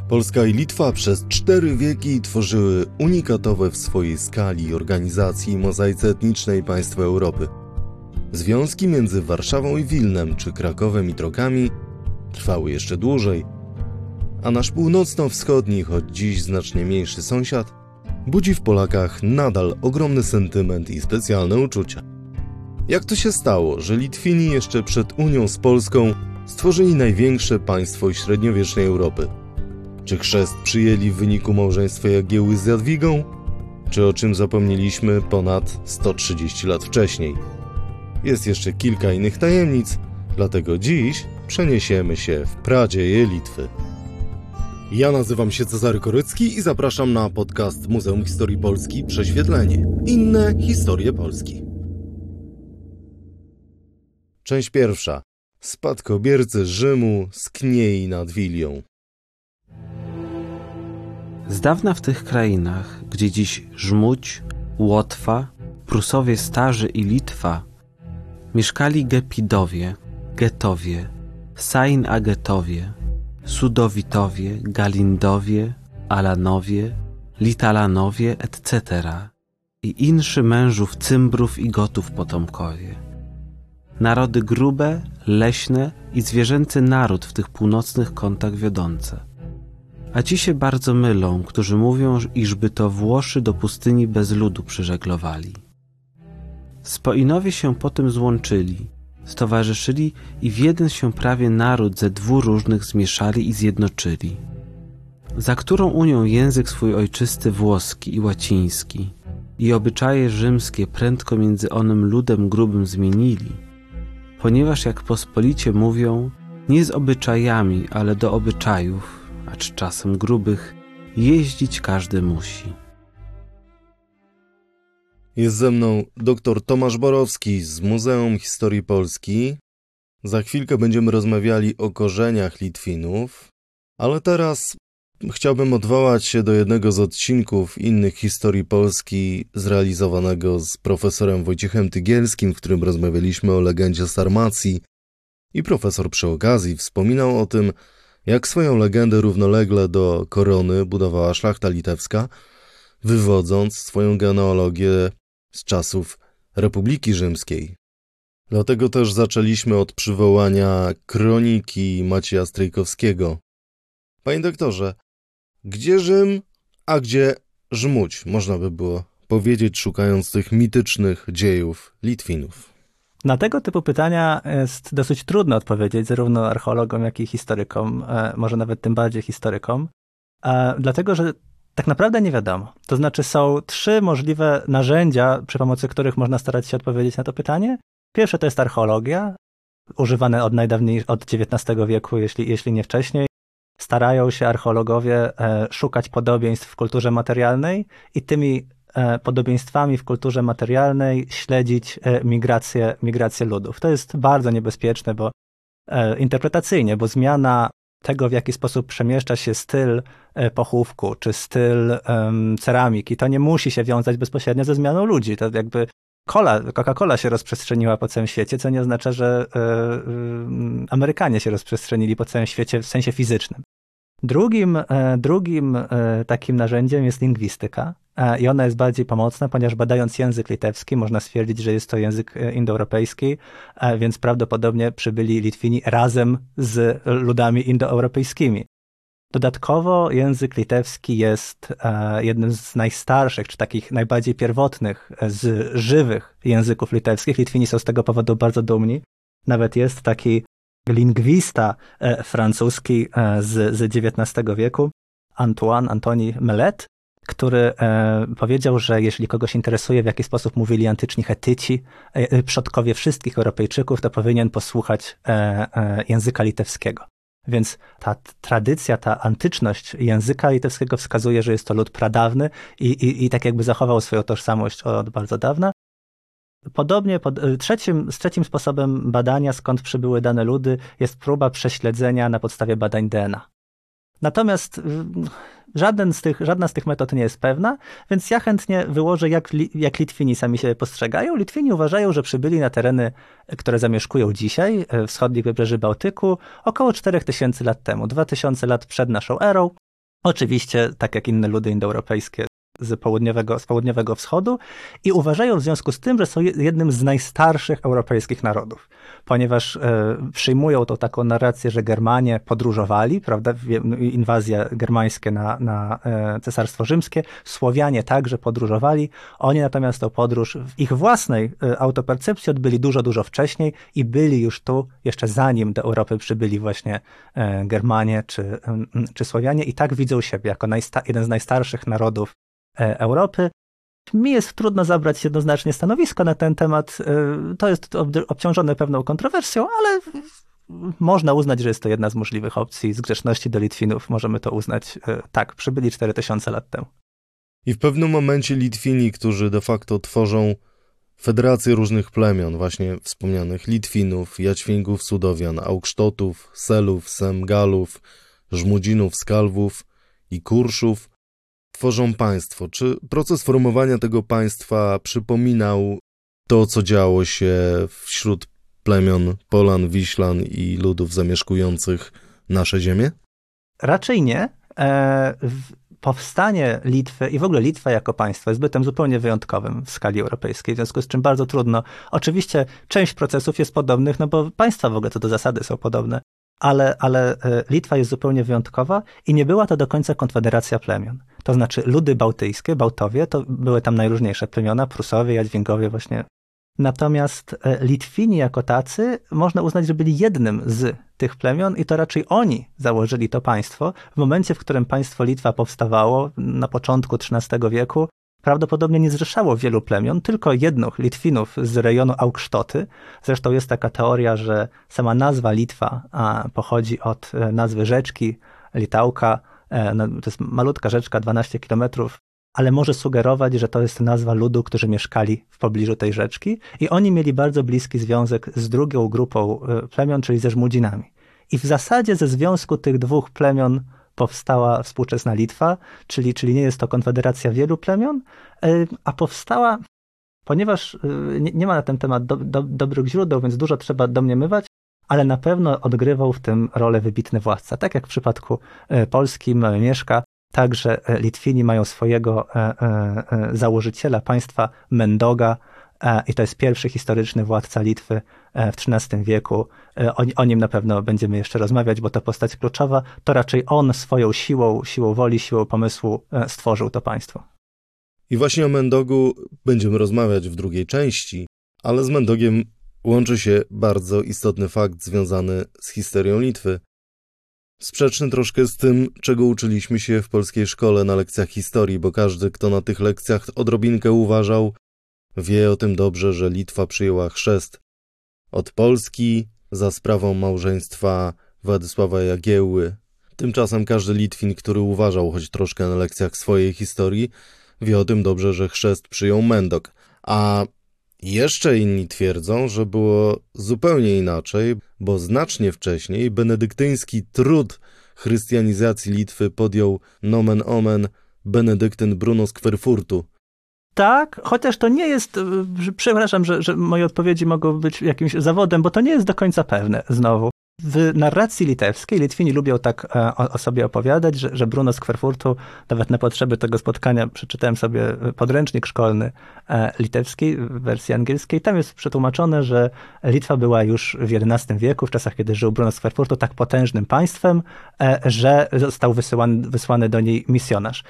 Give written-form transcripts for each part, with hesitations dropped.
Polska i Litwa przez 4 wieki tworzyły unikatowe w swojej skali, organizacji i mozaice etnicznej państwa Europy. Związki między Warszawą i Wilnem czy Krakowem i Trokami trwały jeszcze dłużej, a nasz północno-wschodni, choć dziś znacznie mniejszy sąsiad, budzi w Polakach nadal ogromny sentyment i specjalne uczucia. Jak to się stało, że Litwini jeszcze przed Unią z Polską stworzyli największe państwo średniowiecznej Europy? Czy chrzest przyjęli w wyniku małżeństwa Jagiełły z Jadwigą? Czy o czym zapomnieliśmy ponad 130 lat wcześniej? Jest jeszcze kilka innych tajemnic, dlatego dziś przeniesiemy się w pradzieje Litwy. Ja nazywam się Cezary Korycki i zapraszam na podcast Muzeum Historii Polski Prześwietlenie. Inne historie Polski. Część pierwsza. Spadkobiercy Rzymu skniei nad Wilią. Z dawna w tych krainach, gdzie dziś Żmudź, Łotwa, Prusowie Starzy i Litwa, mieszkali Gepidowie, Getowie, Sain-Agetowie, Sudowitowie, Galindowie, Alanowie, Litalanowie, etc. i inszy mężów Cymbrów i Gotów potomkowie. Narody grube, leśne i zwierzęcy naród w tych północnych kątach wiodące. A ci się bardzo mylą, którzy mówią, iżby to Włoszy do pustyni bez ludu przyżeglowali. Spoinowie się potem złączyli, stowarzyszyli i w jeden się prawie naród ze 2 różnych zmieszali i zjednoczyli. Za którą Unią język swój ojczysty włoski i łaciński i obyczaje rzymskie prędko między onym ludem grubym zmienili, ponieważ jak pospolicie mówią, nie z obyczajami, ale do obyczajów, acz czasem grubych, jeździć każdy musi. Jest ze mną dr Tomasz Borowski z Muzeum Historii Polski. Za chwilkę będziemy rozmawiali o korzeniach Litwinów, ale teraz chciałbym odwołać się do jednego z odcinków innych historii Polski zrealizowanego z profesorem Wojciechem Tygielskim, w którym rozmawialiśmy o legendzie Sarmacji i profesor przy okazji wspominał o tym, jak swoją legendę równolegle do korony budowała szlachta litewska, wywodząc swoją genealogię z czasów Republiki Rzymskiej. Dlatego też zaczęliśmy od przywołania kroniki Macieja Stryjkowskiego. Panie doktorze, gdzie Rzym, a gdzie Żmudź, można by było powiedzieć, szukając tych mitycznych dziejów Litwinów? Na tego typu pytania jest dosyć trudno odpowiedzieć zarówno archeologom, jak i historykom, może nawet tym bardziej historykom, dlatego że tak naprawdę nie wiadomo. To znaczy są 3 możliwe narzędzia, przy pomocy których można starać się odpowiedzieć na to pytanie. Pierwsze to jest archeologia, używane od XIX wieku, jeśli nie wcześniej. Starają się archeologowie szukać podobieństw w kulturze materialnej i tymi podobieństwami w kulturze materialnej śledzić migrację ludów. To jest bardzo niebezpieczne, bo interpretacyjnie, bo zmiana tego, w jaki sposób przemieszcza się styl pochówku, czy styl ceramiki, to nie musi się wiązać bezpośrednio ze zmianą ludzi. To jakby Coca-Cola się rozprzestrzeniła po całym świecie, co nie oznacza, że Amerykanie się rozprzestrzenili po całym świecie w sensie fizycznym. Drugim takim narzędziem jest lingwistyka i ona jest bardziej pomocna, ponieważ badając język litewski można stwierdzić, że jest to język indoeuropejski, więc prawdopodobnie przybyli Litwini razem z ludami indoeuropejskimi. Dodatkowo język litewski jest jednym z najstarszych, czy takich najbardziej pierwotnych z żywych języków litewskich. Litwini są z tego powodu bardzo dumni. Nawet jest taki lingwista francuski z XIX wieku, Antoni Melet, który powiedział, że jeśli kogoś interesuje, w jaki sposób mówili antyczni Chetyci, przodkowie wszystkich Europejczyków, to powinien posłuchać języka litewskiego. Więc ta tradycja, ta antyczność języka litewskiego wskazuje, że jest to lud pradawny i tak jakby zachował swoją tożsamość od bardzo dawna. Podobnie trzecim sposobem badania, skąd przybyły dane ludy, jest próba prześledzenia na podstawie badań DNA. Natomiast żadna z tych metod nie jest pewna, więc ja chętnie wyłożę, jak Litwini sami siebie postrzegają. Litwini uważają, że przybyli na tereny, które zamieszkują dzisiaj, wschodnich wybrzeży Bałtyku, około 4000 lat temu, 2000 lat przed naszą erą. Oczywiście, tak jak inne ludy indoeuropejskie z południowego wschodu i uważają w związku z tym, że są jednym z najstarszych europejskich narodów, ponieważ przyjmują tą taką narrację, że Germanie podróżowali, prawda, inwazje germańskie na Cesarstwo Rzymskie, Słowianie także podróżowali, oni natomiast tą podróż w ich własnej autopercepcji odbyli dużo, dużo wcześniej i byli już tu, jeszcze zanim do Europy przybyli właśnie Germanie czy Słowianie i tak widzą siebie jako jeden z najstarszych narodów Europy. Mi jest trudno zabrać jednoznacznie stanowisko na ten temat. To jest obciążone pewną kontrowersją, ale można uznać, że jest to jedna z możliwych opcji. Z grzeczności do Litwinów możemy to uznać. Tak, przybyli 4000 lat temu. I w pewnym momencie Litwini, którzy de facto tworzą federację różnych plemion, właśnie wspomnianych Litwinów, Jaćwingów, Sudowian, Augsztotów, Selów, Semgalów, Żmudzinów, Skalwów i Kurszów, tworzą państwo. Czy proces formowania tego państwa przypominał to, co działo się wśród plemion Polan, Wiślan i ludów zamieszkujących nasze ziemię? Raczej nie. Powstanie Litwy i w ogóle Litwa jako państwo jest bytem zupełnie wyjątkowym w skali europejskiej, w związku z czym bardzo trudno. Oczywiście część procesów jest podobnych, no bo państwa w ogóle co do zasady są podobne, ale Litwa jest zupełnie wyjątkowa i nie była to do końca konfederacja plemion. To znaczy ludy bałtyjskie, Bałtowie, to były tam najróżniejsze plemiona, Prusowie, Jadwingowie właśnie. Natomiast Litwini jako tacy można uznać, że byli jednym z tych plemion i to raczej oni założyli to państwo. W momencie, w którym państwo Litwa powstawało na początku XIII wieku, prawdopodobnie nie zrzeszało wielu plemion, tylko jednych Litwinów z rejonu Augsztoty. Zresztą jest taka teoria, że sama nazwa Litwa pochodzi od nazwy rzeczki Litauka. To jest malutka rzeczka, 12 kilometrów, ale może sugerować, że to jest nazwa ludu, którzy mieszkali w pobliżu tej rzeczki i oni mieli bardzo bliski związek z drugą grupą plemion, czyli ze Żmudzinami. I w zasadzie ze związku tych dwóch plemion powstała współczesna Litwa, czyli nie jest to konfederacja wielu plemion, a powstała, ponieważ nie ma na ten temat dobrych źródeł, więc dużo trzeba domniemywać, ale na pewno odgrywał w tym rolę wybitny władca. Tak jak w przypadku Polski mamy Mieszka, także Litwini mają swojego założyciela państwa Mendoga i to jest pierwszy historyczny władca Litwy w XIII wieku. O nim na pewno będziemy jeszcze rozmawiać, bo to postać kluczowa. To raczej on swoją siłą woli, siłą pomysłu stworzył to państwo. I właśnie o Mendogu będziemy rozmawiać w drugiej części, ale z Mendogiem łączy się bardzo istotny fakt związany z historią Litwy. Sprzeczny troszkę z tym, czego uczyliśmy się w polskiej szkole na lekcjach historii, bo każdy, kto na tych lekcjach odrobinkę uważał, wie o tym dobrze, że Litwa przyjęła chrzest od Polski za sprawą małżeństwa Władysława Jagiełły. Tymczasem każdy Litwin, który uważał choć troszkę na lekcjach swojej historii, wie o tym dobrze, że chrzest przyjął Mendog. A jeszcze inni twierdzą, że było zupełnie inaczej, bo znacznie wcześniej benedyktyński trud chrystianizacji Litwy podjął nomen omen benedyktyn Bruno z Kwerfurtu. Tak, chociaż to nie jest, przepraszam, że moje odpowiedzi mogą być jakimś zawodem, bo to nie jest do końca pewne znowu. W narracji litewskiej Litwini lubią tak o sobie opowiadać, że Bruno z Kwerfurtu, nawet na potrzeby tego spotkania przeczytałem sobie podręcznik szkolny litewski w wersji angielskiej. Tam jest przetłumaczone, że Litwa była już w XI wieku, w czasach kiedy żył Bruno z Kwerfurtu, tak potężnym państwem, że został wysłany do niej misjonarz.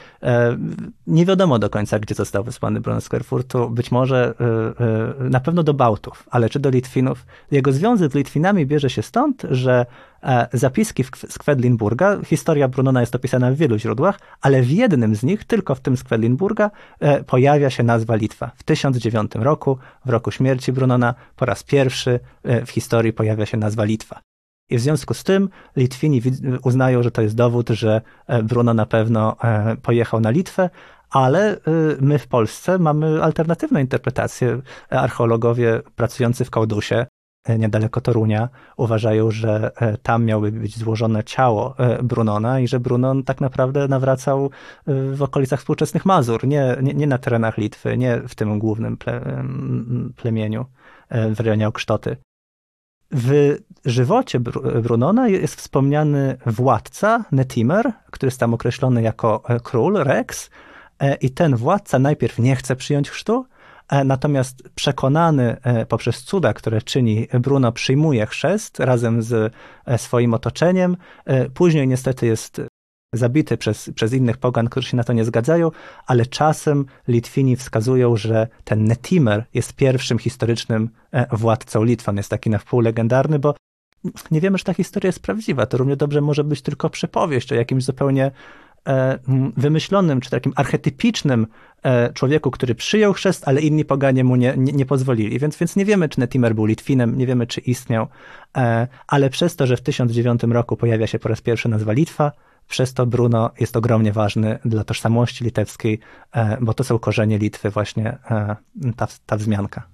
Nie wiadomo do końca, gdzie został wysłany Bruno z Kwerfurtu. Być może na pewno do Bałtów, ale czy do Litwinów? Jego związek z Litwinami bierze się stąd, że zapiski z Kwedlinburga, historia Brunona jest opisana w wielu źródłach, ale w jednym z nich, tylko w tym z Kwedlinburga, pojawia się nazwa Litwa. W 1009 roku, w roku śmierci Brunona, po raz pierwszy w historii pojawia się nazwa Litwa. I w związku z tym Litwini uznają, że to jest dowód, że Bruno na pewno pojechał na Litwę, ale my w Polsce mamy alternatywną interpretację. Archeologowie pracujący w Kołdusie, niedaleko Torunia, uważają, że tam miałoby być złożone ciało Brunona i że Brunon tak naprawdę nawracał w okolicach współczesnych Mazur, nie na terenach Litwy, nie w tym głównym plemieniu w rejonie Augsztoty. W żywocie Brunona jest wspomniany władca Netimer, który jest tam określony jako król Rex, i ten władca najpierw nie chce przyjąć chrztu, natomiast przekonany poprzez cuda, które czyni Bruno, przyjmuje chrzest razem z swoim otoczeniem. Później niestety jest zabity przez innych pogan, którzy się na to nie zgadzają, ale czasem Litwini wskazują, że ten Netimer jest pierwszym historycznym władcą Litwy. On jest taki na wpół legendarny, bo nie wiemy, czy ta historia jest prawdziwa. To równie dobrze może być tylko przypowieść o jakimś zupełnie wymyślonym, czy takim archetypicznym człowieku, który przyjął chrzest, ale inni poganie mu nie pozwolili. Więc nie wiemy, czy Netimer był Litwinem, nie wiemy, czy istniał, ale przez to, że w 1009 roku pojawia się po raz pierwszy nazwa Litwa, przez to Bruno jest ogromnie ważny dla tożsamości litewskiej, bo to są korzenie Litwy, właśnie ta wzmianka.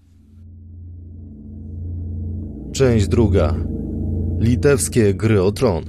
Część druga. Litewskie gry o tron.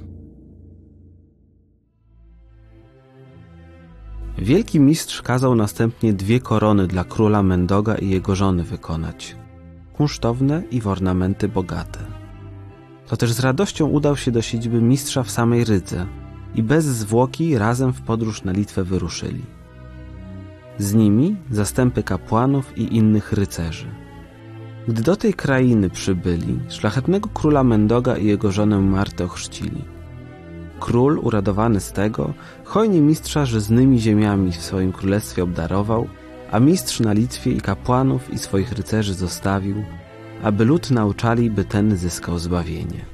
Wielki mistrz kazał następnie 2 korony dla króla Mendoga i jego żony wykonać, kunsztowne i w ornamenty bogate. To też z radością udał się do siedziby mistrza w samej Rydze i bez zwłoki razem w podróż na Litwę wyruszyli. Z nimi zastępy kapłanów i innych rycerzy. Gdy do tej krainy przybyli, szlachetnego króla Mendoga i jego żonę Martę ochrzcili. Król, uradowany z tego, hojnie mistrza żyznymi ziemiami w swoim królestwie obdarował, a mistrz na Litwie i kapłanów i swoich rycerzy zostawił, aby lud nauczali, by ten zyskał zbawienie.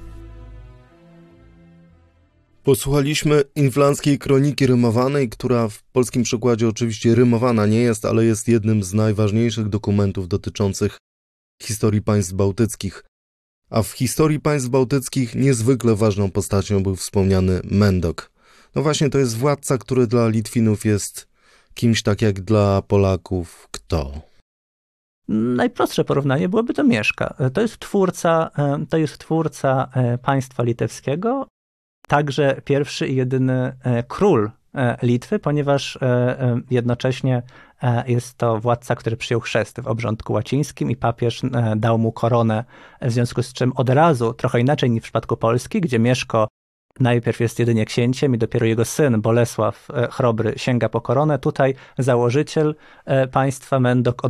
Posłuchaliśmy inflanckiej kroniki rymowanej, która w polskim przekładzie oczywiście rymowana nie jest, ale jest jednym z najważniejszych dokumentów dotyczących historii państw bałtyckich. A w historii państw bałtyckich niezwykle ważną postacią był wspomniany Mendog. No właśnie, to jest władca, który dla Litwinów jest kimś tak jak dla Polaków kto? Najprostsze porównanie byłoby to Mieszka. To jest twórca państwa litewskiego, także pierwszy i jedyny król Litwy, ponieważ jednocześnie jest to władca, który przyjął chrzest w obrządku łacińskim i papież dał mu koronę, w związku z czym od razu, trochę inaczej niż w przypadku Polski, gdzie Mieszko najpierw jest jedynie księciem i dopiero jego syn Bolesław Chrobry sięga po koronę. Tutaj założyciel państwa Mendog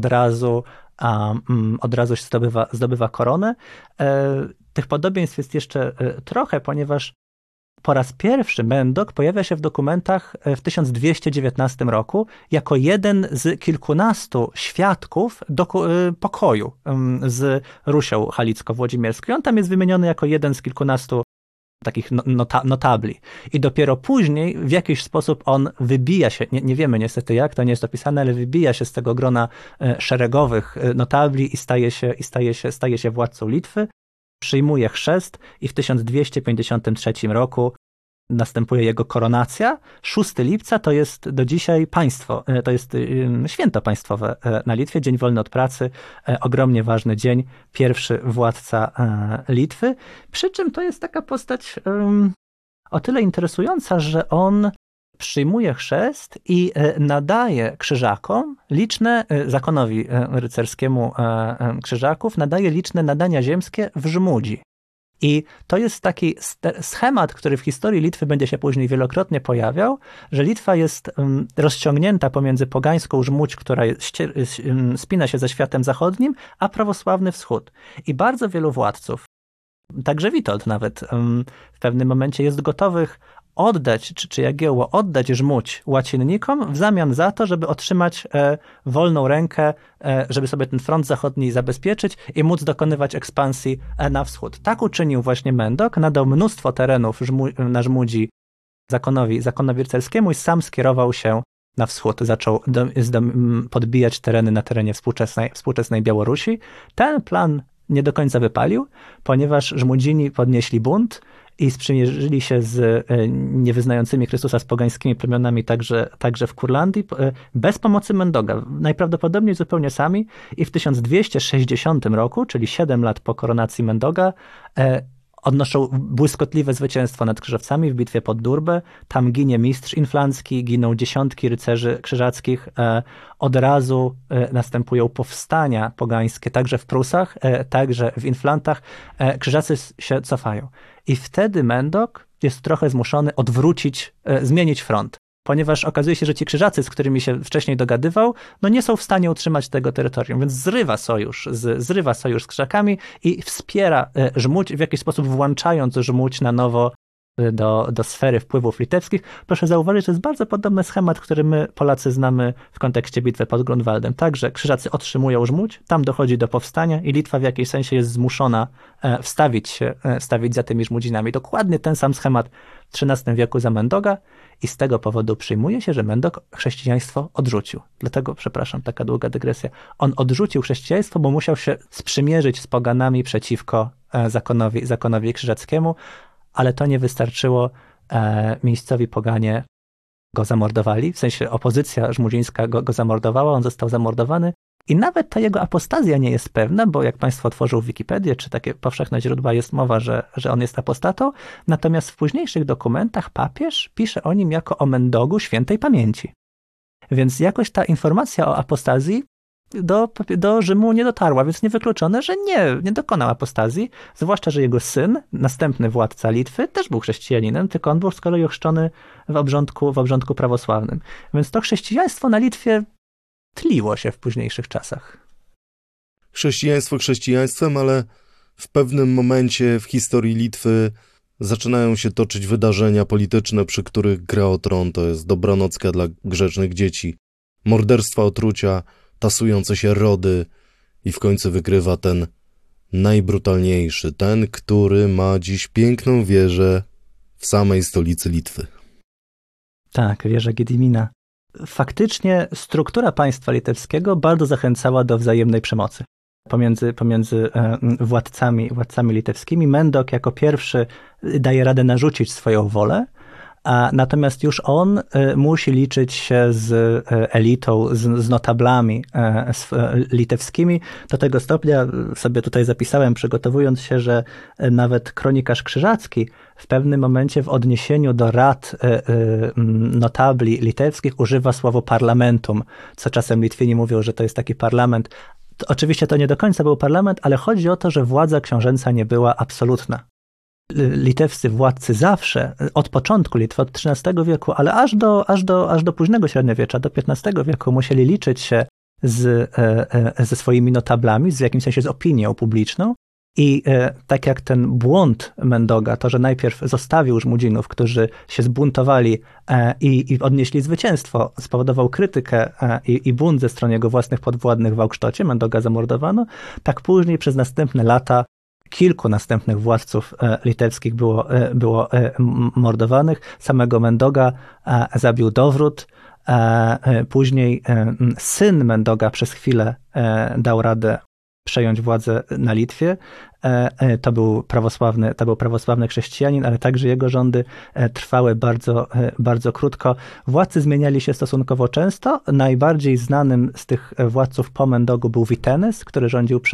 od razu się zdobywa koronę. Tych podobieństw jest jeszcze trochę, ponieważ po raz pierwszy Mendog pojawia się w dokumentach w 1219 roku jako jeden z kilkunastu świadków pokoju z Rusią Halicko-Włodzimierską. On tam jest wymieniony jako jeden z kilkunastu takich notabli. I dopiero później w jakiś sposób on wybija się, nie wiemy niestety jak, to nie jest opisane, ale wybija się z tego grona szeregowych notabli i staje się władcą Litwy. Przyjmuje chrzest i w 1253 roku następuje jego koronacja. 6 lipca to jest do dzisiaj państwo, to jest święto państwowe na Litwie, dzień wolny od pracy, ogromnie ważny dzień, pierwszy władca Litwy. Przy czym to jest taka postać o tyle interesująca, że on przyjmuje chrzest i nadaje krzyżakom zakonowi rycerskiemu krzyżaków, nadaje liczne nadania ziemskie w żmudzi. I to jest taki schemat, który w historii Litwy będzie się później wielokrotnie pojawiał, że Litwa jest rozciągnięta pomiędzy pogańską żmudź, która spina się ze światem zachodnim, a prawosławny wschód. I bardzo wielu władców, także Witold nawet w pewnym momencie jest gotowych oddać, czy Jagiełło oddać żmudź łacinnikom w zamian za to, żeby otrzymać wolną rękę, żeby sobie ten front zachodni zabezpieczyć i móc dokonywać ekspansji na wschód. Tak uczynił właśnie Mendog, nadał mnóstwo terenów na żmudzi zakonowi rycerskiemu i sam skierował się na wschód. Zaczął podbijać tereny na terenie współczesnej Białorusi. Ten plan nie do końca wypalił, ponieważ żmudzini podnieśli bunt i sprzymierzyli się z niewyznającymi Chrystusa z pogańskimi plemionami także w Kurlandii, bez pomocy Mendoga, najprawdopodobniej zupełnie sami, i w 1260 roku, czyli 7 lat po koronacji Mendoga, odnoszą błyskotliwe zwycięstwo nad krzyżowcami w bitwie pod Durbę. Tam ginie mistrz inflancki, giną dziesiątki rycerzy krzyżackich. Od razu następują powstania pogańskie, także w Prusach, także w Inflantach. Krzyżacy się cofają. I wtedy Mendok jest trochę zmuszony zmienić front. Ponieważ okazuje się, że ci krzyżacy, z którymi się wcześniej dogadywał, no nie są w stanie utrzymać tego terytorium, więc zrywa sojusz z krzyżakami i wspiera Żmudź, w jakiś sposób włączając Żmudź na nowo do sfery wpływów litewskich. Proszę zauważyć, że to jest bardzo podobny schemat, który my Polacy znamy w kontekście bitwy pod Grunwaldem. Także krzyżacy otrzymują Żmudź, tam dochodzi do powstania i Litwa w jakiejś sensie jest zmuszona wstawić za tymi Żmudzinami. Dokładnie ten sam schemat w XIII wieku za Mendoga i z tego powodu przyjmuje się, że Mendok chrześcijaństwo odrzucił. Dlatego, przepraszam, taka długa dygresja. On odrzucił chrześcijaństwo, bo musiał się sprzymierzyć z poganami przeciwko zakonowi krzyżackiemu, ale to nie wystarczyło. Miejscowi poganie go zamordowali, w sensie opozycja żmudzińska go zamordowała, on został zamordowany i nawet ta jego apostazja nie jest pewna, bo jak państwo otworzą Wikipedię, czy takie powszechne źródła, jest mowa, że on jest apostatą, natomiast w późniejszych dokumentach papież pisze o nim jako o Mendogu świętej pamięci. Więc jakoś ta informacja o apostazji do Rzymu nie dotarła, więc niewykluczone, że nie dokonał apostazji, zwłaszcza, że jego syn, następny władca Litwy, też był chrześcijaninem, tylko on był z kolei ochrzczony w obrządku prawosławnym. Więc to chrześcijaństwo na Litwie tliło się w późniejszych czasach. Chrześcijaństwo chrześcijaństwem, ale w pewnym momencie w historii Litwy zaczynają się toczyć wydarzenia polityczne, przy których gra o tron to jest dobranocka dla grzecznych dzieci, morderstwa, otrucia, tasujące się rody i w końcu wygrywa ten najbrutalniejszy, ten, który ma dziś piękną wieżę w samej stolicy Litwy. Tak, wieża Gedimina. Faktycznie struktura państwa litewskiego bardzo zachęcała do wzajemnej przemocy pomiędzy władcami litewskimi. Mendok jako pierwszy daje radę narzucić swoją wolę, natomiast już on musi liczyć się z elitą, z notablami litewskimi. Do tego stopnia sobie tutaj zapisałem, przygotowując się, że nawet kronikarz Krzyżacki w pewnym momencie w odniesieniu do rad notabli litewskich używa słowa parlamentum, co czasem Litwini mówią, że to jest taki parlament. Oczywiście to nie do końca był parlament, ale chodzi o to, że władza książęca nie była absolutna. Litewscy władcy zawsze, od początku Litwy, od XIII wieku, ale aż do późnego średniowiecza, do XV wieku musieli liczyć się ze swoimi notablami, w jakimś sensie z opinią publiczną. I tak jak ten błąd Mendoga, to, że najpierw zostawił Żmudzinów, którzy się zbuntowali i odnieśli zwycięstwo, spowodował krytykę i bunt ze strony jego własnych podwładnych w Auksztocie, Mendoga zamordowano, tak później przez następne lata kilku następnych władców litewskich było mordowanych. Samego Mendoga zabił Dowrót. Później syn Mendoga przez chwilę dał radę przejąć władzę na Litwie. To był prawosławny chrześcijanin, ale także jego rządy trwały bardzo, bardzo krótko. Władcy zmieniali się stosunkowo często. Najbardziej znanym z tych władców po Mendogu był Witenes, który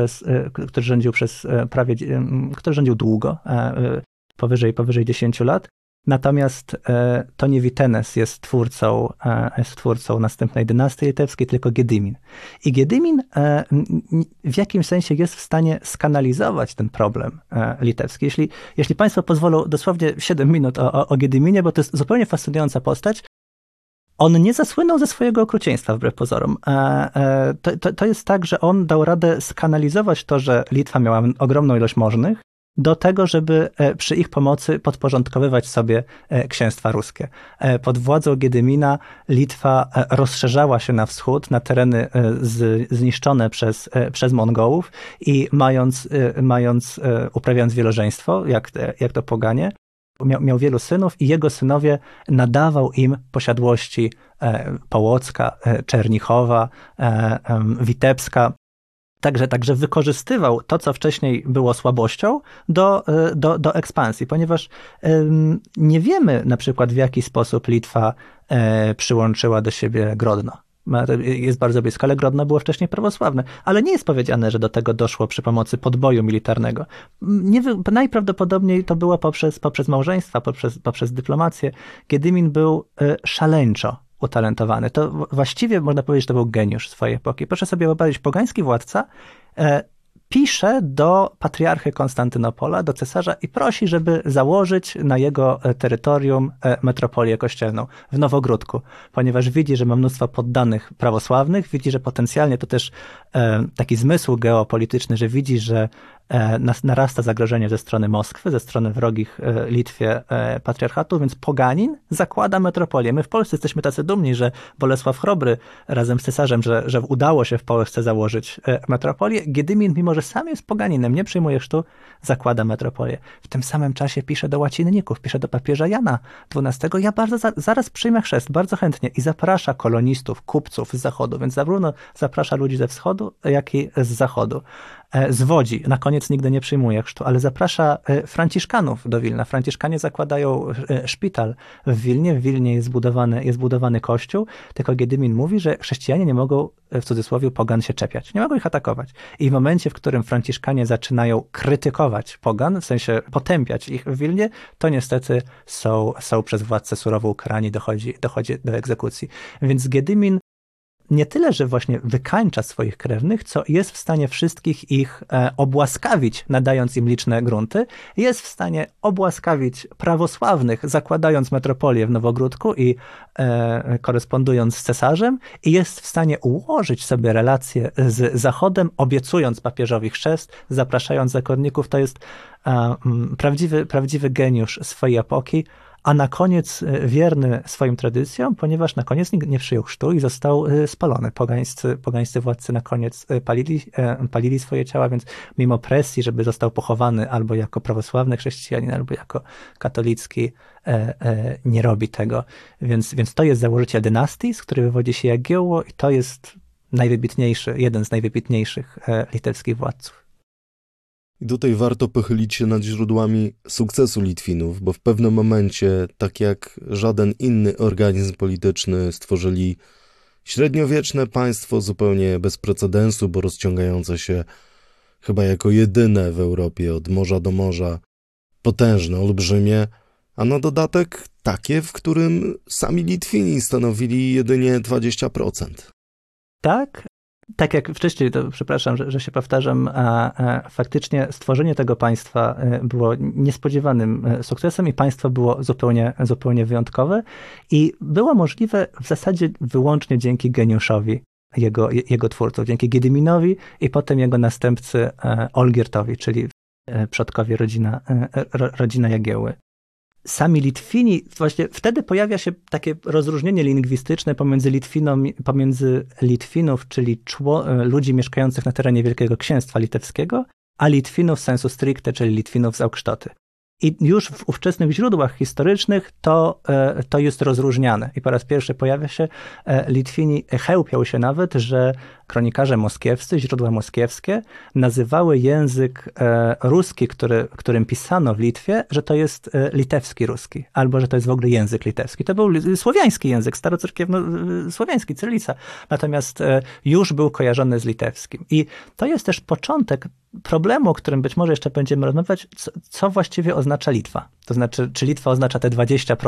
rządził długo, powyżej 10 lat. Natomiast to nie Witenes jest twórcą następnej dynastii litewskiej, tylko Gedymin. I Gedymin w jakimś sensie jest w stanie skanalizować ten problem litewski. Jeśli państwo pozwolą dosłownie 7 minut o Gedyminie, bo to jest zupełnie fascynująca postać. On nie zasłynął ze swojego okrucieństwa, wbrew pozorom. To jest tak, że on dał radę skanalizować to, że Litwa miała ogromną ilość możnych, do tego, żeby przy ich pomocy podporządkowywać sobie księstwa ruskie. Pod władzą Gedymina Litwa rozszerzała się na wschód, na tereny zniszczone przez Mongołów i uprawiając wielożeństwo, jak to poganie, miał wielu synów i jego synowie nadawał im posiadłości Połocka, Czernichowa, Witebska. Także wykorzystywał to, co wcześniej było słabością, do ekspansji, ponieważ nie wiemy na przykład, w jaki sposób Litwa przyłączyła do siebie Grodno. jest bardzo blisko, ale Grodno było wcześniej prawosławne. Ale nie jest powiedziane, że do tego doszło przy pomocy podboju militarnego. Najprawdopodobniej to było poprzez małżeństwa, poprzez dyplomację. Giedymin był szaleńczo utalentowany. To właściwie można powiedzieć, że to był geniusz swojej epoki. Proszę sobie wyobrazić, pogański władca pisze do patriarchy Konstantynopola, do cesarza i prosi, żeby założyć na jego terytorium metropolię kościelną w Nowogródku, ponieważ widzi, że ma mnóstwo poddanych prawosławnych, widzi, że potencjalnie to też taki zmysł geopolityczny, że widzi, że narasta zagrożenie ze strony Moskwy, ze strony wrogich Litwie patriarchatu, więc poganin zakłada metropolię. My w Polsce jesteśmy tacy dumni, że Bolesław Chrobry razem z cesarzem, że udało się w Polsce założyć metropolię. Giedymin, mimo że sam jest poganinem, nie przyjmuje chrztu, zakłada metropolię. W tym samym czasie pisze do łacinników, pisze do papieża Jana XII, ja bardzo zaraz przyjmę chrzest, bardzo chętnie i zaprasza kolonistów, kupców z zachodu, więc zarówno zaprasza ludzi ze wschodu, jak i z zachodu. Zwodzi, na koniec nigdy nie przyjmuje chrztu, ale zaprasza franciszkanów do Wilna. Franciszkanie zakładają szpital w Wilnie jest budowany kościół, tylko Giedymin mówi, że chrześcijanie nie mogą, w cudzysłowie, pogan się czepiać, nie mogą ich atakować. I w momencie, w którym franciszkanie zaczynają krytykować pogan, w sensie potępiać ich w Wilnie, to niestety są przez władcę surowo ukarani, dochodzi do egzekucji. Więc Giedymin nie tyle, że właśnie wykańcza swoich krewnych, co jest w stanie wszystkich ich obłaskawić, nadając im liczne grunty, jest w stanie obłaskawić prawosławnych, zakładając metropolię w Nowogródku i korespondując z cesarzem, i jest w stanie ułożyć sobie relacje z Zachodem, obiecując papieżowi chrzest, zapraszając zakonników. To jest prawdziwy geniusz swojej epoki, a na koniec wierny swoim tradycjom, ponieważ na koniec nie przyjął chrztu i został spalony. Pogańscy władcy na koniec palili swoje ciała, więc mimo presji, żeby został pochowany albo jako prawosławny chrześcijanin, albo jako katolicki, nie robi tego. Więc to jest założyciel dynastii, z której wywodzi się Jagiełło, i to jest jeden z najwybitniejszych litewskich władców. I tutaj warto pochylić się nad źródłami sukcesu Litwinów, bo w pewnym momencie, tak jak żaden inny organizm polityczny, stworzyli średniowieczne państwo zupełnie bez precedensu, bo rozciągające się chyba jako jedyne w Europie od morza do morza, potężne, olbrzymie, a na dodatek takie, w którym sami Litwini stanowili jedynie 20%. Tak jak wcześniej, to przepraszam, że się powtarzam, faktycznie stworzenie tego państwa było niespodziewanym sukcesem i państwo było zupełnie wyjątkowe i było możliwe w zasadzie wyłącznie dzięki geniuszowi jego twórców, dzięki Giedyminowi i potem jego następcy Olgiertowi, czyli przodkowie rodzina Jagiełły. Sami Litwini, właśnie wtedy pojawia się takie rozróżnienie lingwistyczne pomiędzy Litwinów, czyli ludzi mieszkających na terenie Wielkiego Księstwa Litewskiego, a Litwinów sensu stricte, czyli Litwinów z Augsztoty. I już w ówczesnych źródłach historycznych to jest rozróżniane. I po raz pierwszy pojawia się Litwini, chełpią się nawet, że kronikarze moskiewscy, źródła moskiewskie nazywały język ruski, którym pisano w Litwie, że to jest litewski ruski, albo że to jest w ogóle język litewski. To był słowiański język, starocyrkiewno-słowiański, cyrylica. Natomiast już był kojarzony z litewskim. I to jest też początek problemu, o którym być może jeszcze będziemy rozmawiać, co właściwie oznacza Litwa. To znaczy, czy Litwa oznacza te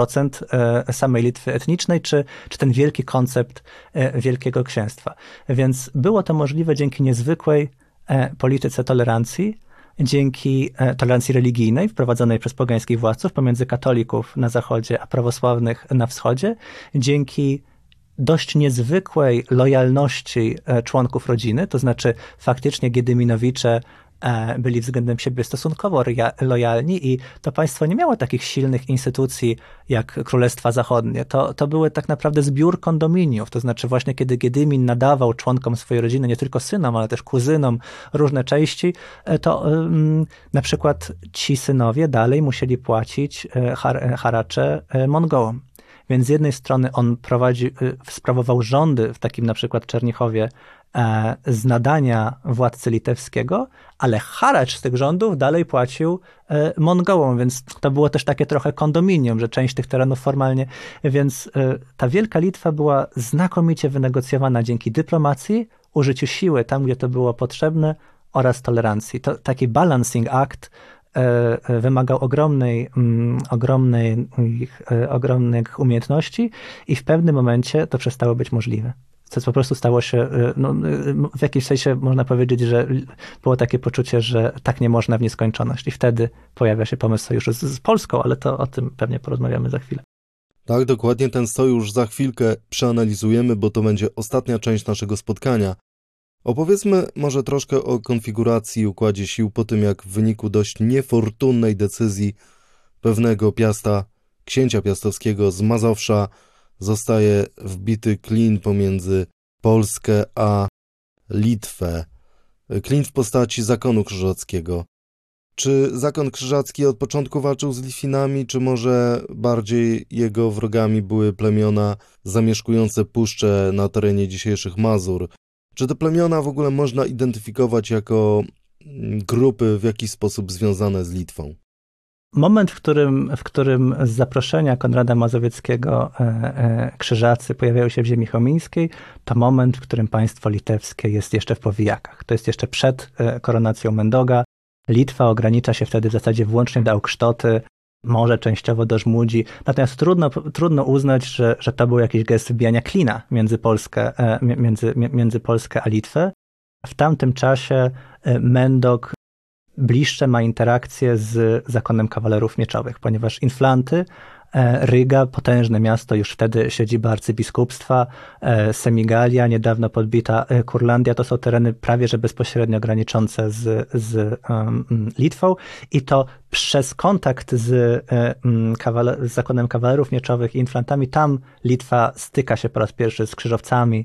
20% samej Litwy etnicznej, czy ten wielki koncept Wielkiego Księstwa. Więc było to możliwe dzięki niezwykłej polityce tolerancji, dzięki tolerancji religijnej wprowadzonej przez pogańskich władców pomiędzy katolików na zachodzie, a prawosławnych na wschodzie, dzięki dość niezwykłej lojalności członków rodziny, to znaczy faktycznie Giedyminowicze byli względem siebie stosunkowo lojalni i to państwo nie miało takich silnych instytucji jak Królestwa Zachodnie. To były tak naprawdę zbiór kondominiów, to znaczy właśnie kiedy Giedymin nadawał członkom swojej rodziny, nie tylko synom, ale też kuzynom różne części, to na przykład ci synowie dalej musieli płacić haracze Mongołom. Więc z jednej strony on sprawował rządy w takim na przykład Czernichowie z nadania władcy litewskiego, ale haracz z tych rządów dalej płacił Mongołom, więc to było też takie trochę kondominium, że część tych terenów formalnie, więc ta Wielka Litwa była znakomicie wynegocjowana dzięki dyplomacji, użyciu siły tam, gdzie to było potrzebne oraz tolerancji. To taki balancing act wymagał ogromnych umiejętności i w pewnym momencie to przestało być możliwe. To po prostu stało się, w jakimś sensie można powiedzieć, że było takie poczucie, że tak nie można w nieskończoność. I wtedy pojawia się pomysł sojuszu z Polską, ale to o tym pewnie porozmawiamy za chwilę. Tak, dokładnie ten sojusz za chwilkę przeanalizujemy, bo to będzie ostatnia część naszego spotkania. Opowiedzmy może troszkę o konfiguracji i układzie sił po tym, jak w wyniku dość niefortunnej decyzji pewnego Piasta, księcia piastowskiego z Mazowsza, zostaje wbity klin pomiędzy Polskę a Litwę. Klin w postaci zakonu krzyżackiego. Czy zakon krzyżacki od początku walczył z Litwinami, czy może bardziej jego wrogami były plemiona zamieszkujące puszcze na terenie dzisiejszych Mazur? Czy te plemiona w ogóle można identyfikować jako grupy w jakiś sposób związane z Litwą? Moment, w którym z zaproszenia Konrada Mazowieckiego krzyżacy pojawiają się w ziemi chomińskiej, to moment, w którym państwo litewskie jest jeszcze w powijakach. To jest jeszcze przed koronacją Mendoga. Litwa ogranicza się wtedy w zasadzie wyłącznie do Augsztoty, może częściowo do Żmudzi. Natomiast trudno uznać, że to był jakiś gest wbijania klina między Polskę a Litwę. W tamtym czasie Mendog bliższe ma interakcje z zakonem kawalerów mieczowych, ponieważ Inflanty, Ryga, potężne miasto, już wtedy siedziba arcybiskupstwa, Semigalia, niedawno podbita Kurlandia, to są tereny prawie że bezpośrednio graniczące z Litwą i to przez kontakt z zakonem kawalerów mieczowych i inflantami, tam Litwa styka się po raz pierwszy z krzyżowcami,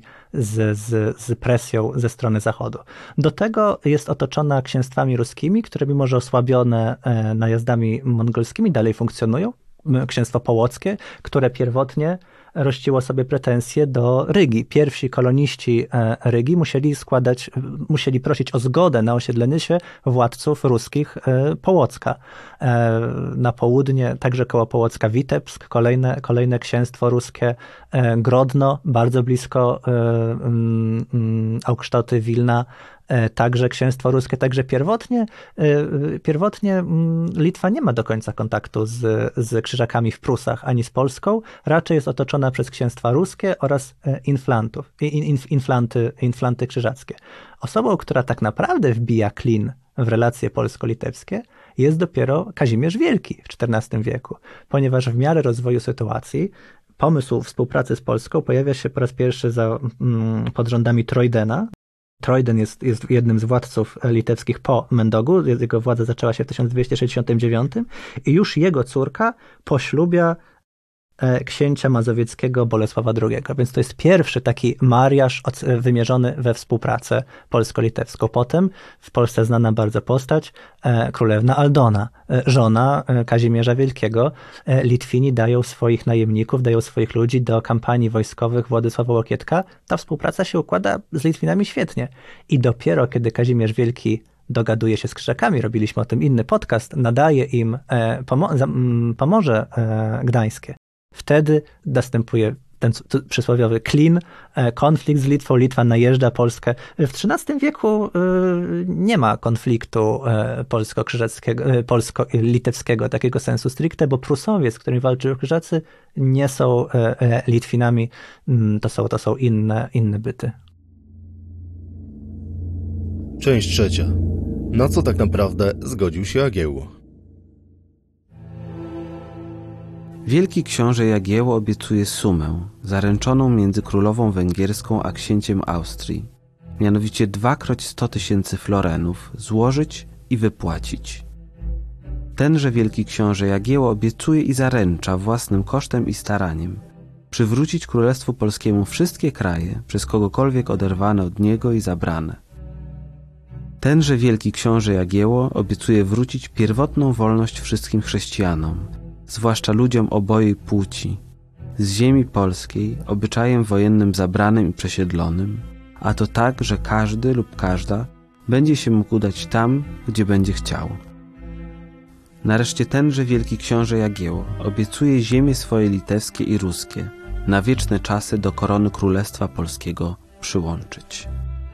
z presją ze strony zachodu. Do tego jest otoczona księstwami ruskimi, które mimo że osłabione najazdami mongolskimi dalej funkcjonują. Księstwo Połockie, które pierwotnie rościło sobie pretensje do Rygi. Pierwsi koloniści Rygi musieli prosić o zgodę na osiedlenie się władców ruskich Połocka. Na południe, także koło Połocka, Witebsk, kolejne księstwo ruskie, Grodno, bardzo blisko Augsztoty, Wilna, także księstwo ruskie, także pierwotnie Litwa nie ma do końca kontaktu z krzyżakami w Prusach, ani z Polską, raczej jest otoczona przez księstwa ruskie oraz inflanty krzyżackie. Osobą, która tak naprawdę wbija klin w relacje polsko-litewskie, jest dopiero Kazimierz Wielki w XIV wieku, ponieważ w miarę rozwoju sytuacji pomysł współpracy z Polską pojawia się po raz pierwszy pod rządami Trojdena. Trojden jest jednym z władców litewskich po Mendogu, jego władza zaczęła się w 1269 i już jego córka poślubia księcia mazowieckiego Bolesława II. Więc to jest pierwszy taki mariaż wymierzony we współpracę polsko-litewską. Potem w Polsce znana bardzo postać, królewna Aldona, żona Kazimierza Wielkiego. Litwini dają swoich najemników, dają swoich ludzi do kampanii wojskowych Władysława Łokietka. Ta współpraca się układa z Litwinami świetnie. I dopiero kiedy Kazimierz Wielki dogaduje się z krzyżakami, robiliśmy o tym inny podcast, nadaje im Pomorze Gdańskie. Wtedy następuje ten przysłowiowy klin, konflikt z Litwą, Litwa najeżdża Polskę. W XIII wieku nie ma konfliktu polsko-litewskiego, takiego sensu stricte, bo Prusowie, z którymi walczyły krzyżacy, nie są Litwinami, to są inne byty. Część trzecia. Na co tak naprawdę zgodził się Jagiełło? Wielki książę Jagiełło obiecuje sumę, zaręczoną między królową węgierską a księciem Austrii, mianowicie 2x100 000 florenów, złożyć i wypłacić. Tenże wielki książę Jagiełło obiecuje i zaręcza własnym kosztem i staraniem przywrócić Królestwu Polskiemu wszystkie kraje, przez kogokolwiek oderwane od niego i zabrane. Tenże wielki książę Jagiełło obiecuje wrócić pierwotną wolność wszystkim chrześcijanom, zwłaszcza ludziom obojej płci, z ziemi polskiej obyczajem wojennym zabranym i przesiedlonym, a to tak, że każdy lub każda będzie się mógł udać tam, gdzie będzie chciał. Nareszcie tenże wielki książę Jagiełło obiecuje ziemie swoje litewskie i ruskie na wieczne czasy do korony Królestwa Polskiego przyłączyć.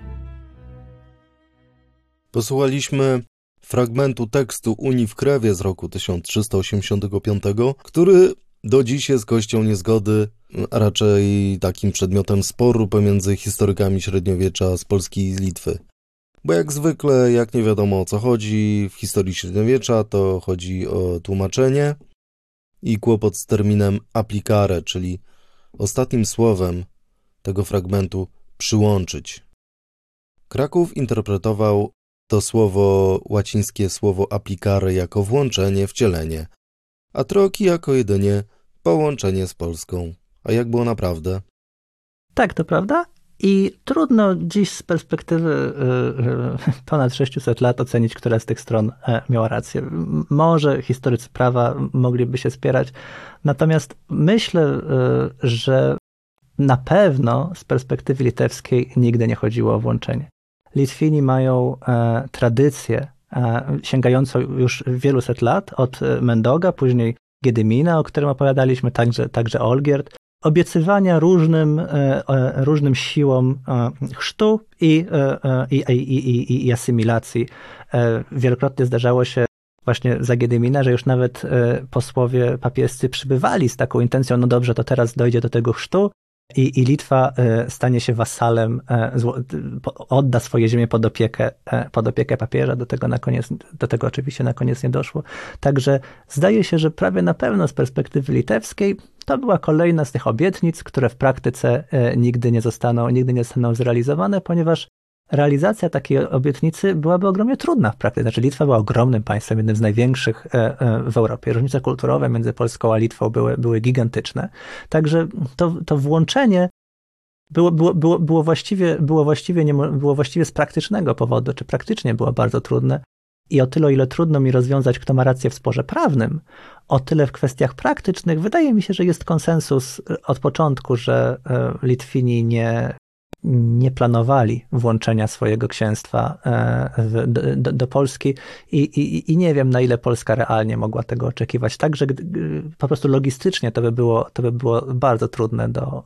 Posłuchaliśmy fragmentu tekstu Unii w Krewie z roku 1385, który do dziś jest kością niezgody, a raczej takim przedmiotem sporu pomiędzy historykami średniowiecza z Polski i z Litwy. Bo jak zwykle, jak nie wiadomo o co chodzi w historii średniowiecza, to chodzi o tłumaczenie i kłopot z terminem applicare, czyli ostatnim słowem tego fragmentu przyłączyć. Kraków interpretował to słowo, łacińskie słowo applicare jako włączenie, wcielenie, a Troki jako jedynie połączenie z Polską. A jak było naprawdę? Tak, to prawda. I trudno dziś z perspektywy ponad 600 lat ocenić, która z tych stron miała rację. Może historycy prawa mogliby się spierać, natomiast myślę, że na pewno z perspektywy litewskiej nigdy nie chodziło o włączenie. Litwini mają tradycję sięgającą już wielu set lat, od Mendoga, później Gedymina, o którym opowiadaliśmy, także Olgierd, obiecywania różnym siłom chrztu i asymilacji. Wielokrotnie zdarzało się właśnie za Gedymina, że już nawet posłowie papiescy przybywali z taką intencją, no dobrze, to teraz dojdzie do tego chrztu i Litwa stanie się wasalem, odda swoje ziemię pod opiekę papieża. Do tego oczywiście na koniec nie doszło. Także zdaje się, że prawie na pewno z perspektywy litewskiej to była kolejna z tych obietnic, które w praktyce nigdy nie zostaną zrealizowane, ponieważ realizacja takiej obietnicy byłaby ogromnie trudna w praktyce. Znaczy Litwa była ogromnym państwem, jednym z największych w Europie. Różnice kulturowe między Polską a Litwą były gigantyczne. Także to włączenie było właściwie z praktycznego powodu, czy praktycznie było bardzo trudne. I o tyle, o ile trudno mi rozwiązać, kto ma rację w sporze prawnym, o tyle w kwestiach praktycznych wydaje mi się, że jest konsensus od początku, że Litwini nie planowali włączenia swojego księstwa do Polski i nie wiem, na ile Polska realnie mogła tego oczekiwać. Także po prostu logistycznie to by było bardzo trudne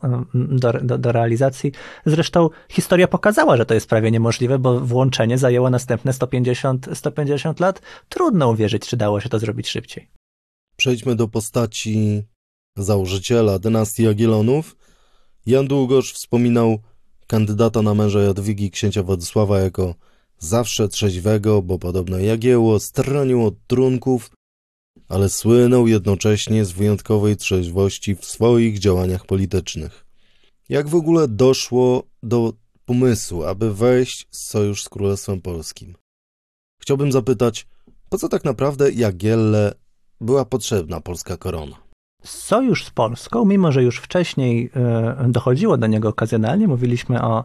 do realizacji. Zresztą historia pokazała, że to jest prawie niemożliwe, bo włączenie zajęło następne 150 lat. Trudno uwierzyć, czy dało się to zrobić szybciej. Przejdźmy do postaci założyciela dynastii Jagiellonów. Jan Długosz wspominał kandydata na męża Jadwigi, księcia Władysława, jako zawsze trzeźwego, bo podobno Jagiełło stronił od trunków, ale słynął jednocześnie z wyjątkowej trzeźwości w swoich działaniach politycznych. Jak w ogóle doszło do pomysłu, aby wejść w sojusz z Królestwem Polskim? Chciałbym zapytać, po co tak naprawdę Jagielle była potrzebna polska korona? Sojusz z Polską, mimo że już wcześniej dochodziło do niego okazjonalnie, mówiliśmy o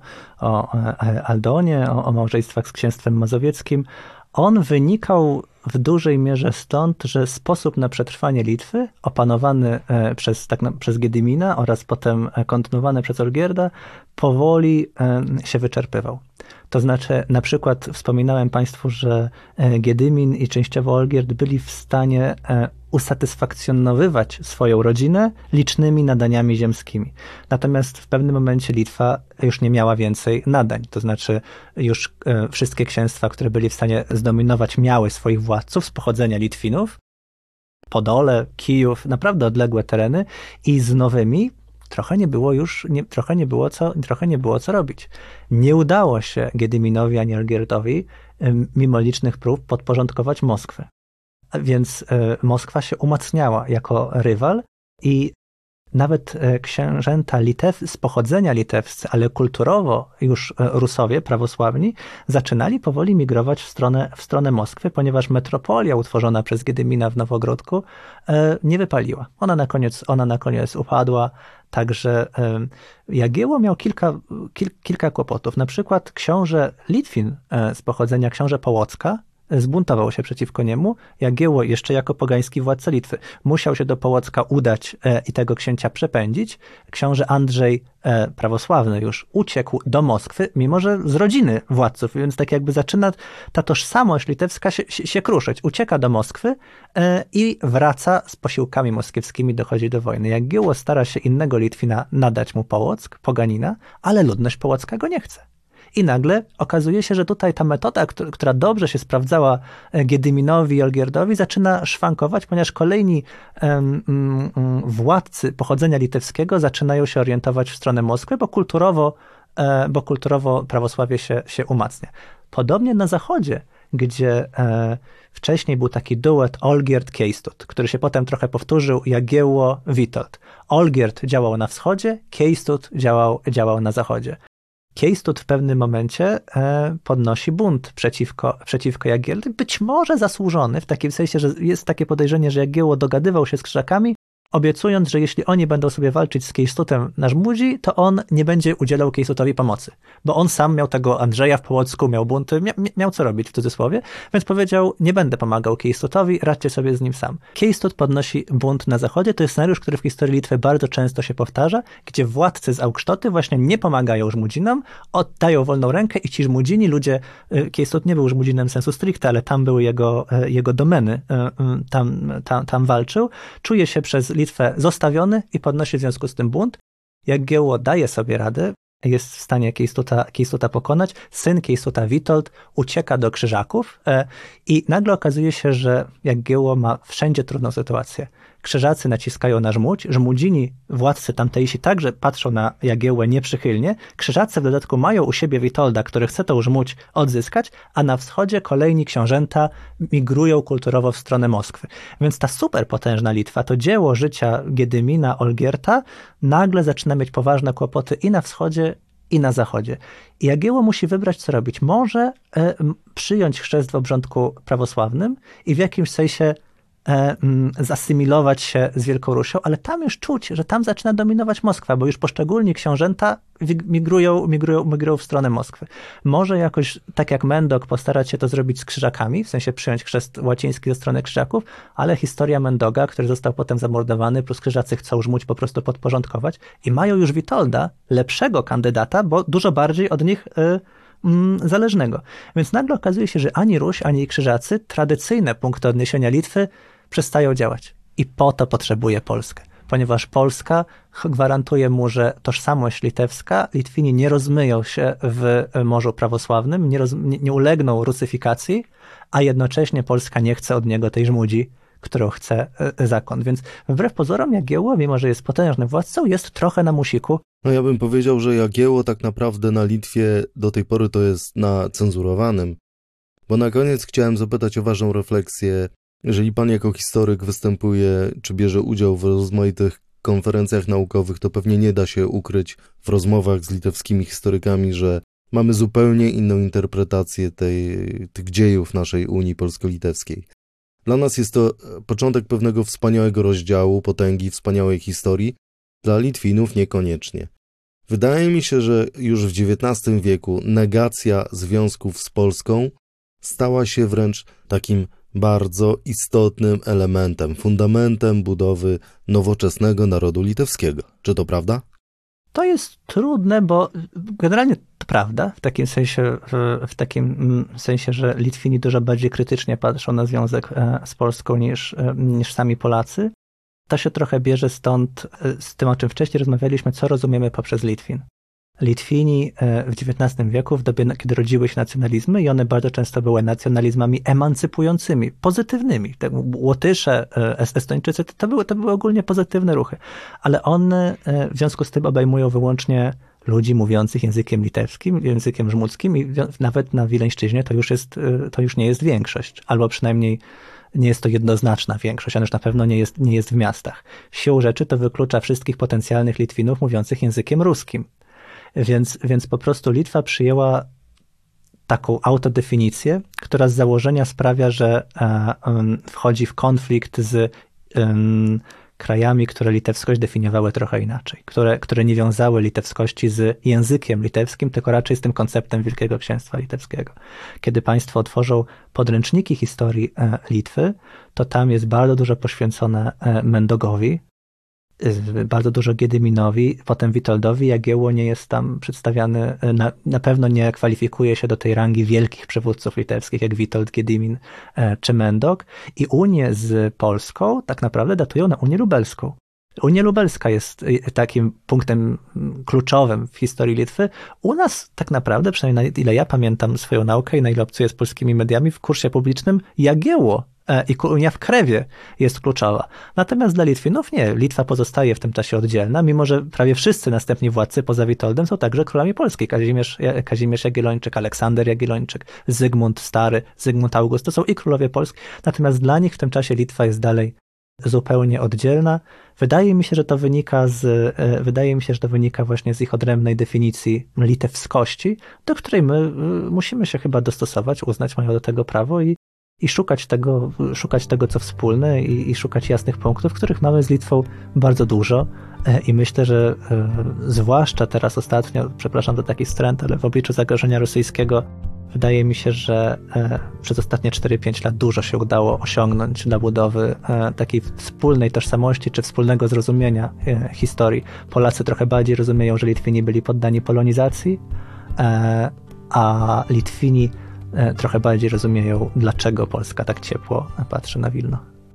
Aldonie, o małżeństwach z księstwem mazowieckim, on wynikał w dużej mierze stąd, że sposób na przetrwanie Litwy, opanowany przez Gedymina oraz potem kontynuowany przez Olgierda, powoli się wyczerpywał. To znaczy, na przykład wspominałem Państwu, że Gedymin i częściowo Olgierd byli w stanie usatysfakcjonowywać swoją rodzinę licznymi nadaniami ziemskimi. Natomiast w pewnym momencie Litwa już nie miała więcej nadań. To znaczy już wszystkie księstwa, które byli w stanie zdominować, miały swoich władców z pochodzenia Litwinów. Podole, Kijów, naprawdę odległe tereny i z nowymi trochę nie było co robić. Nie udało się Gedyminowi ani Olgierdowi, mimo licznych prób, podporządkować Moskwy. Więc Moskwa się umacniała jako rywal i nawet księżęta z pochodzenia litewscy, ale kulturowo już Rusowie, prawosławni, zaczynali powoli migrować w stronę Moskwy, ponieważ metropolia utworzona przez Gedymina w Nowogródku nie wypaliła. Ona na koniec upadła, także Jagiełło miał kilka kłopotów. Na przykład książę Litwin z pochodzenia książę Połocka zbuntował się przeciwko niemu. Jagiełło, jeszcze jako pogański władca Litwy, musiał się do Połocka udać i tego księcia przepędzić. Książę Andrzej, prawosławny już, uciekł do Moskwy, mimo że z rodziny władców, więc tak jakby zaczyna ta tożsamość litewska się kruszyć. Ucieka do Moskwy i wraca z posiłkami moskiewskimi, dochodzi do wojny. Jagiełło stara się innego Litwina nadać mu Połock, poganina, ale ludność połocka go nie chce. I nagle okazuje się, że tutaj ta metoda, która dobrze się sprawdzała Giedyminowi i Olgierdowi, zaczyna szwankować, ponieważ kolejni władcy pochodzenia litewskiego zaczynają się orientować w stronę Moskwy, bo kulturowo prawosławie się umacnia. Podobnie na zachodzie, gdzie wcześniej był taki duet Olgierd-Kiejstot, który się potem trochę powtórzył, Jagiełło-Witold. Olgierd działał na wschodzie, Kiejstot działał na zachodzie. Kiejstot w pewnym momencie podnosi bunt przeciwko Jagiełłowi, być może zasłużony, w takim sensie, że jest takie podejrzenie, że Jagiełło dogadywał się z Krzyżakami, obiecując, że jeśli oni będą sobie walczyć z Kiejstotem na Żmudzi, to on nie będzie udzielał Kiejstotowi pomocy. Bo on sam miał tego Andrzeja w Połocku, miał bunty, miał co robić w cudzysłowie, więc powiedział, nie będę pomagał Kiejstotowi, radźcie sobie z nim sam. Kiejstot podnosi bunt na zachodzie, to jest scenariusz, który w historii Litwy bardzo często się powtarza, gdzie władcy z Augsztoty właśnie nie pomagają Żmudzinom, oddają wolną rękę i ci Żmudzini, ludzie, Kiejstot nie był Żmudzinem sensu stricte, ale tam były jego domeny, tam walczył, czuje się przez Litwę zostawiony i podnosi w związku z tym bunt. Jagiełło daje sobie radę, jest w stanie Kiejstota pokonać. Syn Kiejstota, Witold, ucieka do Krzyżaków i nagle okazuje się, że Jagiełło ma wszędzie trudną sytuację. Krzyżacy naciskają na Żmudź, Żmudzini, władcy tamtejsi, także patrzą na Jagiełłę nieprzychylnie. Krzyżacy w dodatku mają u siebie Witolda, który chce tą Żmudź odzyskać, a na wschodzie kolejni książęta migrują kulturowo w stronę Moskwy. Więc ta superpotężna Litwa, to dzieło życia Giedymina, Olgierda, nagle zaczyna mieć poważne kłopoty i na wschodzie, i na zachodzie. I Jagiełło musi wybrać, co robić. Może przyjąć chrzest w obrządku prawosławnym i w jakimś sensie zasymilować się z Wielką Rusią, ale tam już czuć, że tam zaczyna dominować Moskwa, bo już poszczególni książęta migrują w stronę Moskwy. Może jakoś, tak jak Mendok, postarać się to zrobić z Krzyżakami, w sensie przyjąć chrzest łaciński ze strony Krzyżaków, ale historia Mendoga, który został potem zamordowany, plus Krzyżacy chcą Żmudź po prostu podporządkować i mają już Witolda, lepszego kandydata, bo dużo bardziej od nich zależnego. Więc nagle okazuje się, że ani Ruś, ani Krzyżacy, tradycyjne punkty odniesienia Litwy, przestają działać. I po to potrzebuje Polskę. Ponieważ Polska gwarantuje mu, że tożsamość litewska, Litwini nie rozmyją się w Morzu Prawosławnym, nie ulegną rusyfikacji, a jednocześnie Polska nie chce od niego tej Żmudzi, którą chce zakon. Więc wbrew pozorom Jagiełło, mimo że jest potężnym władcą, jest trochę na musiku. No ja bym powiedział, że Jagiełło tak naprawdę na Litwie do tej pory to jest na cenzurowanym. Bo na koniec chciałem zapytać o ważną refleksję. Jeżeli pan jako historyk występuje, czy bierze udział w rozmaitych konferencjach naukowych, to pewnie nie da się ukryć w rozmowach z litewskimi historykami, że mamy zupełnie inną interpretację tych dziejów naszej Unii Polsko-Litewskiej. Dla nas jest to początek pewnego wspaniałego rozdziału, potęgi, wspaniałej historii. Dla Litwinów niekoniecznie. Wydaje mi się, że już w XIX wieku negacja związków z Polską stała się wręcz takim bardzo istotnym elementem, fundamentem budowy nowoczesnego narodu litewskiego. Czy to prawda? To jest trudne, bo generalnie to prawda, w takim sensie, że Litwini dużo bardziej krytycznie patrzą na związek z Polską niż sami Polacy. To się trochę bierze stąd, z tym, o czym wcześniej rozmawialiśmy, co rozumiemy poprzez Litwin. Litwini w XIX wieku, w dobie, kiedy rodziły się nacjonalizmy i one bardzo często były nacjonalizmami emancypującymi, pozytywnymi. Łotysze, Estończycy, to były ogólnie pozytywne ruchy, ale one w związku z tym obejmują wyłącznie ludzi mówiących językiem litewskim, językiem żmudzkim i nawet na Wileńszczyźnie to już nie jest większość, albo przynajmniej nie jest to jednoznaczna większość, a już na pewno nie jest w miastach. Siłą rzeczy to wyklucza wszystkich potencjalnych Litwinów mówiących językiem ruskim. Więc po prostu Litwa przyjęła taką autodefinicję, która z założenia sprawia, że wchodzi w konflikt z krajami, które litewskość definiowały trochę inaczej, które nie wiązały litewskości z językiem litewskim, tylko raczej z tym konceptem Wielkiego Księstwa Litewskiego. Kiedy państwo otworzą podręczniki historii Litwy, to tam jest bardzo dużo poświęcone Mendogowi, bardzo dużo Giedyminowi, potem Witoldowi. Jagiełło nie jest tam przedstawiany, na pewno nie kwalifikuje się do tej rangi wielkich przywódców litewskich, jak Witold, Giedymin czy Mendog. I Unię z Polską tak naprawdę datują na Unię Lubelską. Unia Lubelska jest takim punktem kluczowym w historii Litwy. U nas tak naprawdę, przynajmniej na ile ja pamiętam swoją naukę i na ile obcuję z polskimi mediami w kursie publicznym, Jagiełło i Unia w Krewie jest kluczowa. Natomiast dla Litwinów nie. Litwa pozostaje w tym czasie oddzielna, mimo że prawie wszyscy następni władcy poza Witoldem są także królami Polski. Kazimierz Jagiellończyk, Aleksander Jagiellończyk, Zygmunt Stary, Zygmunt August, to są i królowie Polski. Natomiast dla nich w tym czasie Litwa jest dalej zupełnie oddzielna. Wydaje mi się, że to wynika właśnie z ich odrębnej definicji litewskości, do której my musimy się chyba dostosować, uznać, mają do tego prawo i szukać tego, co wspólne i szukać jasnych punktów, których mamy z Litwą bardzo dużo. I myślę, że zwłaszcza teraz ostatnio, przepraszam za taki wstręt, ale w obliczu zagrożenia rosyjskiego wydaje mi się, że przez ostatnie 4-5 lat dużo się udało osiągnąć dla budowy takiej wspólnej tożsamości czy wspólnego zrozumienia historii. Polacy trochę bardziej rozumieją, że Litwini byli poddani polonizacji, a Litwini trochę bardziej rozumieją, dlaczego Polska tak ciepło patrzy na Wilno.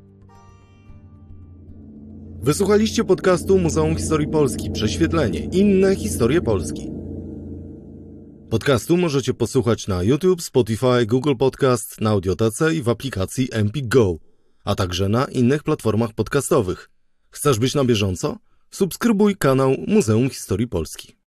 Wysłuchaliście podcastu Muzeum Historii Polski Prześwietlenie. Inne historie Polski. Podcastu możecie posłuchać na YouTube, Spotify, Google Podcast, na Audiotece i w aplikacji Empik Go, a także na innych platformach podcastowych. Chcesz być na bieżąco? Subskrybuj kanał Muzeum Historii Polski.